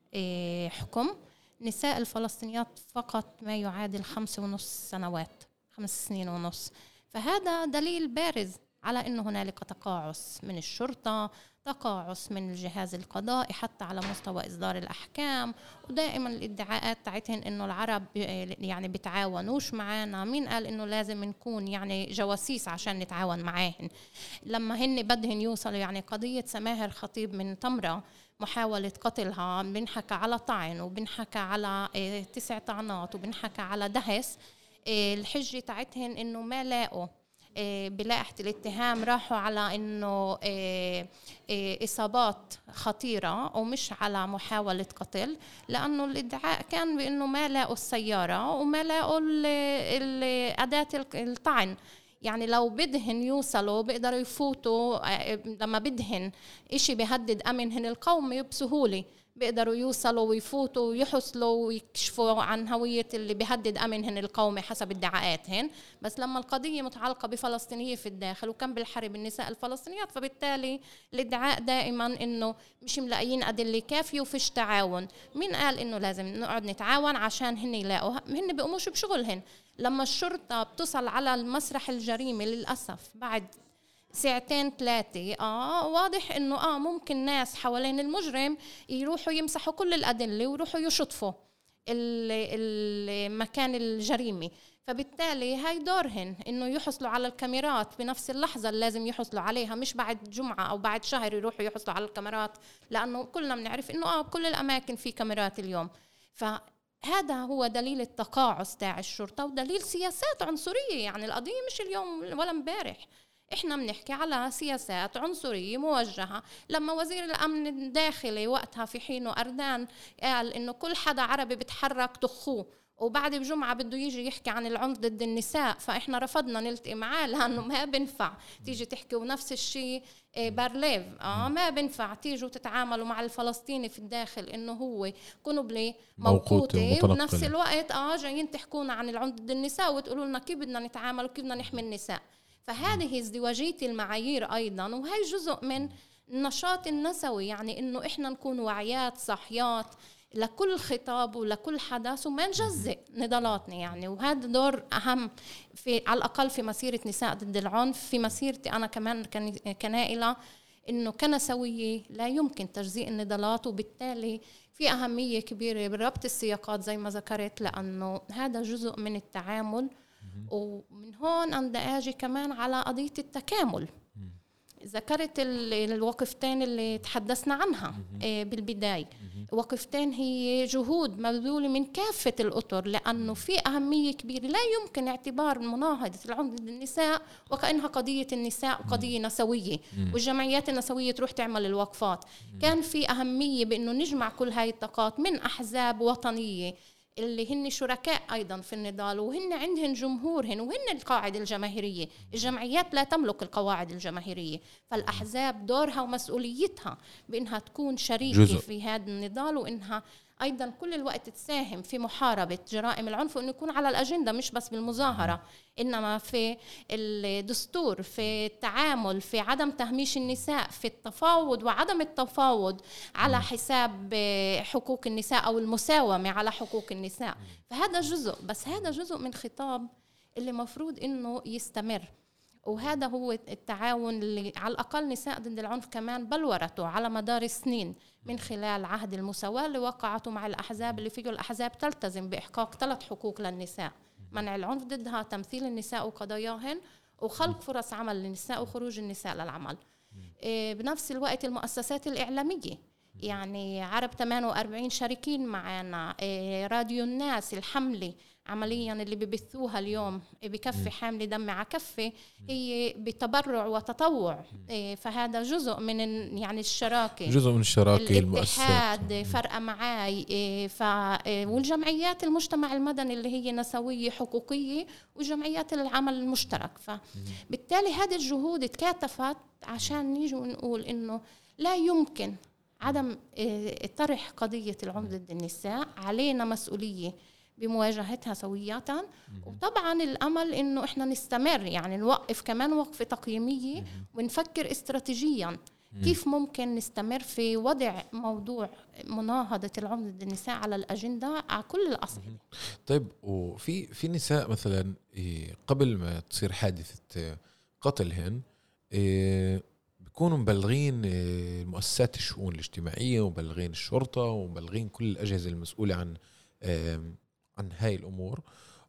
حكم. نساء الفلسطينيات فقط ما يعادل خمسة ونص سنوات، خمس سنين ونص. فهذا دليل بارز على أنه هنالك تقاعس من الشرطة، تقاعس من الجهاز القضائي حتى على مستوى إصدار الأحكام. ودائما الادعاءات تاعتهن إنه العرب يعني بتعاونوش معانا. مين قال إنه لازم نكون يعني جواسيس عشان نتعاون معاهن؟ لما هن بدهن يوصلوا، يعني قضية سماهر خطيب من تمرة محاولة قتلها، بنحكى على طعن وبنحكى على تسع طعنات وبنحكى على دهس. الحجة تاعتهن إنه ما لاقوا بلائحة الاتهام، راحوا على إنه إصابات خطيرة ومش على محاولة قتل، لأنه الادعاء كان بأنه ما لاقوا السيارة وما لاقوا أداة الطعن. يعني لو بدهن يوصلوا بيقدروا يفوتوا، لما بدهن إشي بيهدد أمنهن القومي بسهولة بيقدروا يوصلوا ويفوتوا ويحصلوا ويكشفوا عن هوية اللي بيهدد أمنهن القومي حسب ادعاءاتهن. بس لما القضية متعلقة بفلسطينية في الداخل وكان بالحرب النساء الفلسطينيات، فبالتالي الادعاء دائما إنه مش ملاقيين أدلة كافية وفيش تعاون. مين قال إنه لازم نقعد نتعاون عشان هن يلاقوا؟ هن بيقوموش بشغلهن. لما الشرطة بتصل على المسرح الجريمة للأسف بعد ساعتين ثلاثة، آه واضح إنه آه ممكن ناس حوالين المجرم يروحوا يمسحوا كل الأدلة ويروحوا يشطفوا المكان الجريمة. فبالتالي هاي دورهن إنه يحصلوا على الكاميرات بنفس اللحظة اللي لازم يحصلوا عليها، مش بعد جمعة أو بعد شهر يروحوا يحصلوا على الكاميرات، لأنه كلنا بنعرف إنه آه كل الأماكن في كاميرات اليوم. فهذا هو دليل التقاعس تاع الشرطة ودليل سياسات عنصرية. يعني القضية مش اليوم ولا امبارح، إحنا بنحكي على سياسات عنصرية موجهة. لما وزير الأمن الداخلي وقتها في حينه أردان قال إنه كل حدا عربي بتحرك تخوه، وبعد بجمعة بده يجي يحكي عن العنف ضد النساء، فإحنا رفضنا نلتقي معاه لأنه ما بنفع تيجي تحكي. ونفس الشيء بارليف، آه ما بنفع تيجوا تتعاملوا مع الفلسطيني في الداخل إنه هو قنبلة موقوتة، وبنفس الوقت آه جايين تحكونا عن العنف ضد النساء وتقولوا لنا كيف بدنا نتعامل وكيف بدنا نحمي النساء. فهذه ازدواجية المعايير أيضا، وهي جزء من النشاط النسوي. يعني إنه إحنا نكون وعيات صحيات لكل خطاب ولكل حدث وما نجزئ نضالاتنا. يعني وهذا دور أهم في على الأقل في مسيرة نساء ضد العنف. في مسيرتي أنا كمان كنائلة، إنه كنسوية لا يمكن تجزيء النضالات، وبالتالي في أهمية كبيرة بربط السياقات زي ما ذكرت، لأنه هذا جزء من التعامل ومن هون أنا أجي كمان على قضية التكامل. ذكرت الوقفتين اللي تحدثنا عنها بالبداية. وقفتين هي جهود مبذولة من كافة الأطر، لأنه في أهمية كبيرة. لا يمكن اعتبار مناهضة العنف ضد النساء وكأنها قضية النساء قضية نسوية والجمعيات النسوية تروح تعمل الوقفات. كان في أهمية بأنه نجمع كل هاي الطاقات من أحزاب وطنية اللي هن شركاء أيضا في النضال، وهن عندهن جمهورهن وهن القاعدة الجماهيرية. الجمعيات لا تملك القواعد الجماهيرية، فالأحزاب دورها ومسؤوليتها بأنها تكون شريكة جزء في هذا النضال، وإنها أيضا كل الوقت تساهم في محاربة جرائم العنف، وإنه يكون على الأجندة مش بس بالمظاهرة، إنما في الدستور، في التعامل، في عدم تهميش النساء، في التفاوض وعدم التفاوض على حساب حقوق النساء أو المساومة على حقوق النساء. فهذا جزء، بس هذا جزء من خطاب اللي مفروض إنه يستمر. وهذا هو التعاون اللي على الأقل نساء ضد العنف كمان بلورته على مدار السنين من خلال عهد المساواة اللي وقعته مع الأحزاب، اللي فيه الأحزاب تلتزم بإحقاق ثلاث حقوق للنساء: منع العنف ضدها، تمثيل النساء وقضاياهن، وخلق فرص عمل للنساء وخروج النساء للعمل. بنفس الوقت المؤسسات الإعلامية، يعني عرب ثمانية وأربعين شاركين معنا، راديو الناس، الحملة عمليا اللي ببثوها اليوم بكفي حامل دم على كفي، هي بتبرع وتطوع. فهذا جزء من يعني الشراكة، جزء من الشراكة، الاتحاد فرقة معاي. ف والجمعيات المجتمع المدني اللي هي نسوية حقوقية وجمعيات العمل المشترك. فبالتالي هذه الجهود اتكاتفت عشان نيجي ونقول إنه لا يمكن عدم طرح قضية العنف ضد النساء. علينا مسؤولية بمواجهتها سوية، وطبعا الأمل إنه إحنا نستمر، يعني نوقف كمان وقفة تقييمية ونفكر استراتيجيا كيف ممكن نستمر في وضع موضوع مناهضة العنف ضد النساء على الأجندة على كل الأصعدة. طيب، وفي في نساء مثلا قبل ما تصير حادثة قتلهن بيكونوا مبلغين مؤسسات الشؤون الاجتماعية ومبلغين الشرطة ومبلغين كل الأجهزة المسؤولة عن عن هاي الأمور،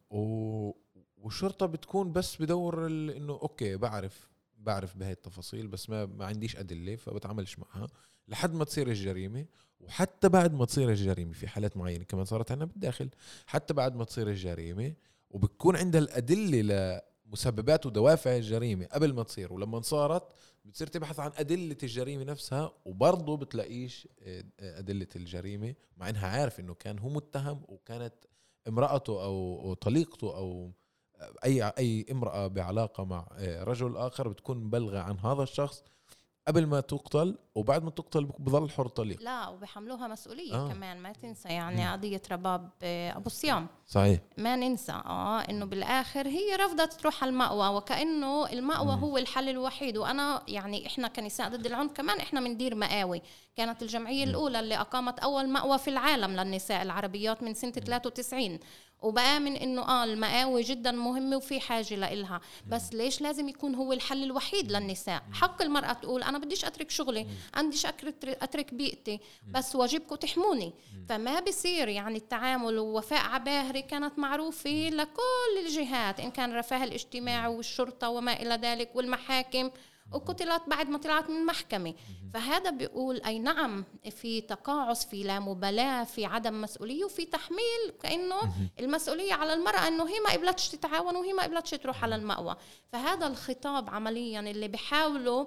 والشرطة بتكون بس بدور إنه أوكي بعرف بعرف بهاي التفاصيل، بس ما ما عنديش أدلة فبتعاملش معها لحد ما تصير الجريمة. وحتى بعد ما تصير الجريمة في حالات معينة كمان صارت عنا بالداخل، حتى بعد ما تصير الجريمة وبتكون عندها الأدلة لمسببات ودوافع الجريمة قبل ما تصير، ولما صارت بتصير تبحث عن أدلة الجريمة نفسها وبرضه بتلاقيش أدلة الجريمة، مع إنها عارف إنه كان هو متهم وكانت امرأته أو طليقته أو أي أي امرأة بعلاقة مع رجل آخر بتكون مبلغة عن هذا الشخص قبل ما تقتل، وبعد ما تقتل بظل حر طليق. لا، وبحملوها مسؤولية آه. كمان ما تنسى، يعني م. قضية رباب أبو الصيام صحيح ما ننسى آه إنه بالآخر هي رفضت تروح على المأوى، وكأنه المأوى م. هو الحل الوحيد. وأنا يعني إحنا كنساء ضد العنف كمان إحنا مندير مقاوي. كانت الجمعية م. الأولى اللي أقامت أول مأوى في العالم للنساء العربيات من سنة ثلاثة وتسعين، وبآمن إنه آه المقاوي جدا مهمة وفي حاجة لإلها، بس ليش لازم يكون هو الحل الوحيد للنساء؟ حق المرأة تقول أنا بديش أترك شغلي، عنديش أترك بيئتي، بس واجبكم تحموني. فما بيصير يعني التعامل. ووفاء عباهري كانت معروفة لكل الجهات، إن كان الرفاه الاجتماعي والشرطة وما إلى ذلك والمحاكم، وقتلت بعد ما طلعت من محكمة. فهذا بيقول أي نعم في تقاعس، في لا مبالاة، في عدم مسؤولية، وفي تحميل كأنه المسؤولية على المرأة أنه هي ما قبلتش تتعاون وهي ما قبلتش تروح على المأوى. فهذا الخطاب عمليا اللي بيحاولوا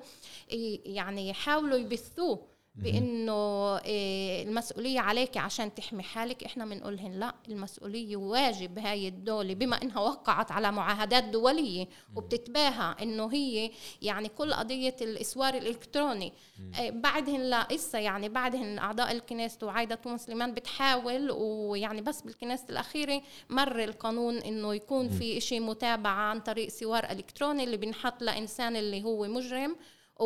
يعني يحاولوا يبثوه بأنه المسؤولية عليك عشان تحمي حالك. إحنا بنقولهن لا، المسؤولية واجب هاي الدولة بما إنها وقعت على معاهدات دولية وبتتباهى إنه هي يعني كل قضية الإسوار الإلكتروني بعدهن لا إسا يعني بعدهن أعضاء الكنيست وعايدة مسلمان بتحاول، ويعني بس بالكنيست الأخيرة مر القانون إنه يكون في إشي متابعة عن طريق سوار إلكتروني اللي بنحط لإنسان اللي هو مجرم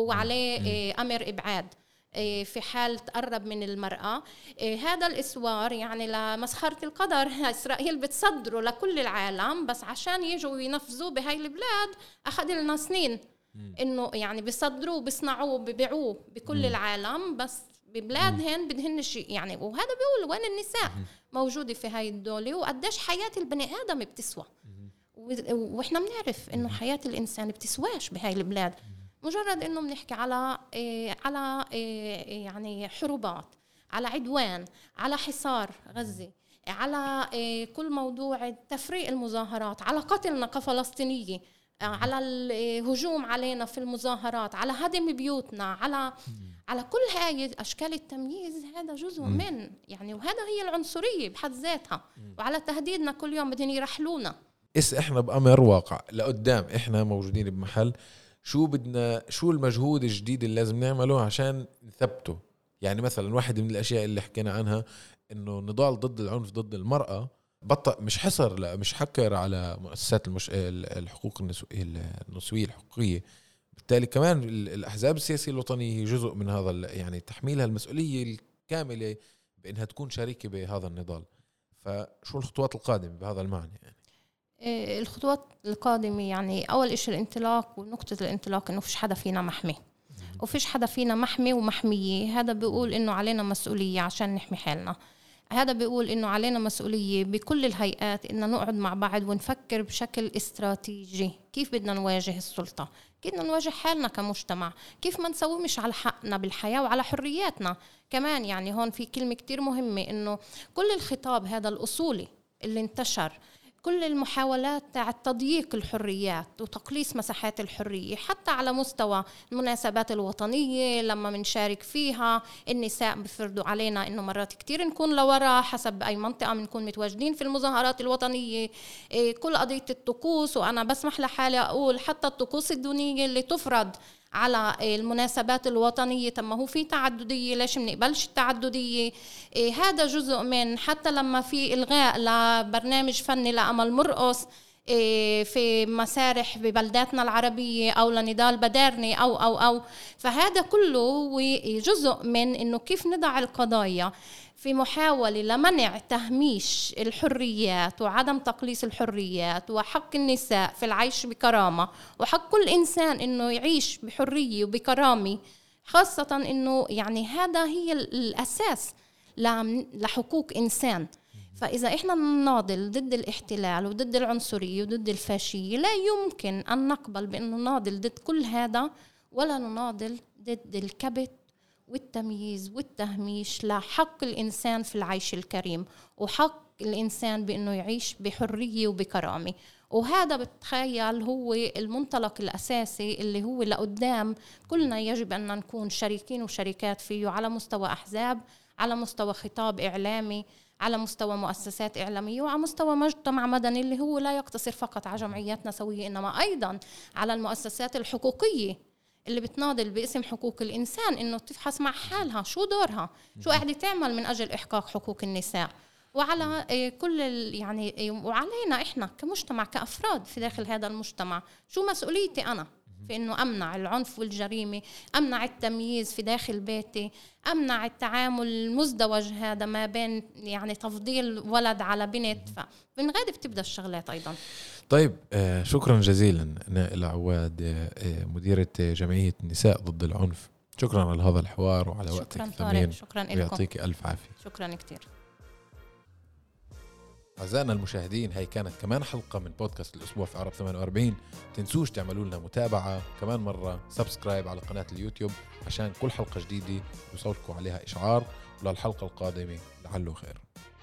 وعليه أمر إبعاد في حال تقرب من المرأة. هذا الإسوار يعني لمسخرة القدر إسرائيل بتصدره لكل العالم، بس عشان يجوا ينفذوه بهاي البلاد أخذ لنا سنين إنه يعني بيصدروه وبيصنعوه وبيبيعوه بكل العالم، بس ببلادهن بدهن شيء يعني. وهذا بيقول وين النساء موجودة في هاي الدولة وقديش حياة البني آدم بتسوى، وإحنا بنعرف إنه حياة الإنسان بتسواش بهاي البلاد. مجرد إنه بنحكي على إيه على إيه يعني حروبات، على عدوان، على حصار غزة، على إيه كل موضوع تفريق المظاهرات، على قتلنا كفلسطينية، على الهجوم علينا في المظاهرات، على هدم بيوتنا، على على كل هاي أشكال التمييز. هذا جزء م. من يعني وهذا هي العنصرية بحد ذاتها. وعلى تهديدنا كل يوم بدهم يرحلونا. إس إحنا بأمر واقع لقدام، إحنا موجودين بمحل شو بدنا، شو المجهود الجديد اللي لازم نعمله عشان نثبته. يعني مثلا واحد من الأشياء اللي حكينا عنها إنه نضال ضد العنف ضد المرأة بطأ، مش حصر، لا مش حكر على مؤسسات المش... الحقوق النسوية الحقوقية. بالتالي كمان الأحزاب السياسية الوطنية هي جزء من هذا، يعني تحميلها المسؤولية الكاملة بأنها تكون شريكة بهذا النضال. فشو الخطوات القادمة بهذا المعنى؟ يعني الخطوات القادمة يعني أول إشي الانطلاق، ونقطة الانطلاق إنه فيش حدا فينا محمي، وفيش حدا فينا محمي ومحمية. هذا بيقول إنه علينا مسؤولية عشان نحمي حالنا. هذا بيقول إنه علينا مسؤولية بكل الهيئات إن نقعد مع بعض ونفكر بشكل استراتيجي كيف بدنا نواجه السلطة، كيف بدنا نواجه حالنا كمجتمع، كيف ما نسويش على حقنا بالحياة وعلى حرياتنا كمان. يعني هون في كلمة كتير مهمة، إنه كل الخطاب هذا الأصولي اللي انتشر، كل المحاولات تاع تضييق الحريات وتقليص مساحات الحرية حتى على مستوى المناسبات الوطنية لما منشارك فيها. النساء بفرضوا علينا إنه مرات كتير نكون لورا حسب أي منطقة منكون متواجدين في المظاهرات الوطنية. كل قضية الطقوس، وأنا بسمح لحالي أقول حتى الطقوس الدينية اللي تفرض على المناسبات الوطنية، تما هو في تعددية، ليش منقبلش التعددية؟ إيه هذا جزء من، حتى لما في إلغاء لبرنامج فني لأمل مرقص إيه في مسارح ببلداتنا العربية أو لنضال بدارني أو أو أو فهذا كله جزء من إنه كيف نضع القضايا في محاولة لمنع تهميش الحريات وعدم تقليص الحريات وحق النساء في العيش بكرامة وحق كل إنسان إنه يعيش بحرية وبكرامة، خاصة إنه يعني هذا هي الأساس لحقوق إنسان. فإذا إحنا نناضل ضد الاحتلال وضد العنصرية وضد الفاشية، لا يمكن أن نقبل بأنه نناضل ضد كل هذا ولا نناضل ضد الكبت والتمييز والتهميش لحق الإنسان في العيش الكريم وحق الإنسان بأنه يعيش بحرية وبكرامة. وهذا بتخيل هو المنطلق الأساسي اللي هو لقدام كلنا يجب أن نكون شريكين وشركات فيه، على مستوى أحزاب، على مستوى خطاب إعلامي، على مستوى مؤسسات إعلامية، وعلى مستوى مجتمع مدني اللي هو لا يقتصر فقط على جمعيات نسوية، إنما أيضا على المؤسسات الحقوقية اللي بتناضل باسم حقوق الإنسان، إنه تفحص مع حالها شو دورها، شو قاعدة تعمل من أجل إحقاق حقوق النساء. وعلى كل يعني وعلينا إحنا كمجتمع كأفراد في داخل هذا المجتمع شو مسؤوليتي أنا في إنه أمنع العنف والجريمة، أمنع التمييز في داخل بيتي، أمنع التعامل المزدوج هذا ما بين يعني تفضيل ولد على بنت. فمن غادي بتبدأ الشغلات أيضا. طيب آه شكرا جزيلا نائلة عواد، آه مديرة جمعية النساء ضد العنف. شكرا على هذا الحوار وعلى وقتك الثمين. شكرا لكم، ويعطيك ألف عافية. شكرا كتير. أعزائنا المشاهدين، هاي كانت كمان حلقة من بودكاست الأسبوع في عرب ثمانية وأربعين. تنسوش تعملوا لنا متابعة، كمان مرة سبسكرايب على قناة اليوتيوب عشان كل حلقة جديدة يوصلكم عليها إشعار. وللحلقة القادمة لعله خير.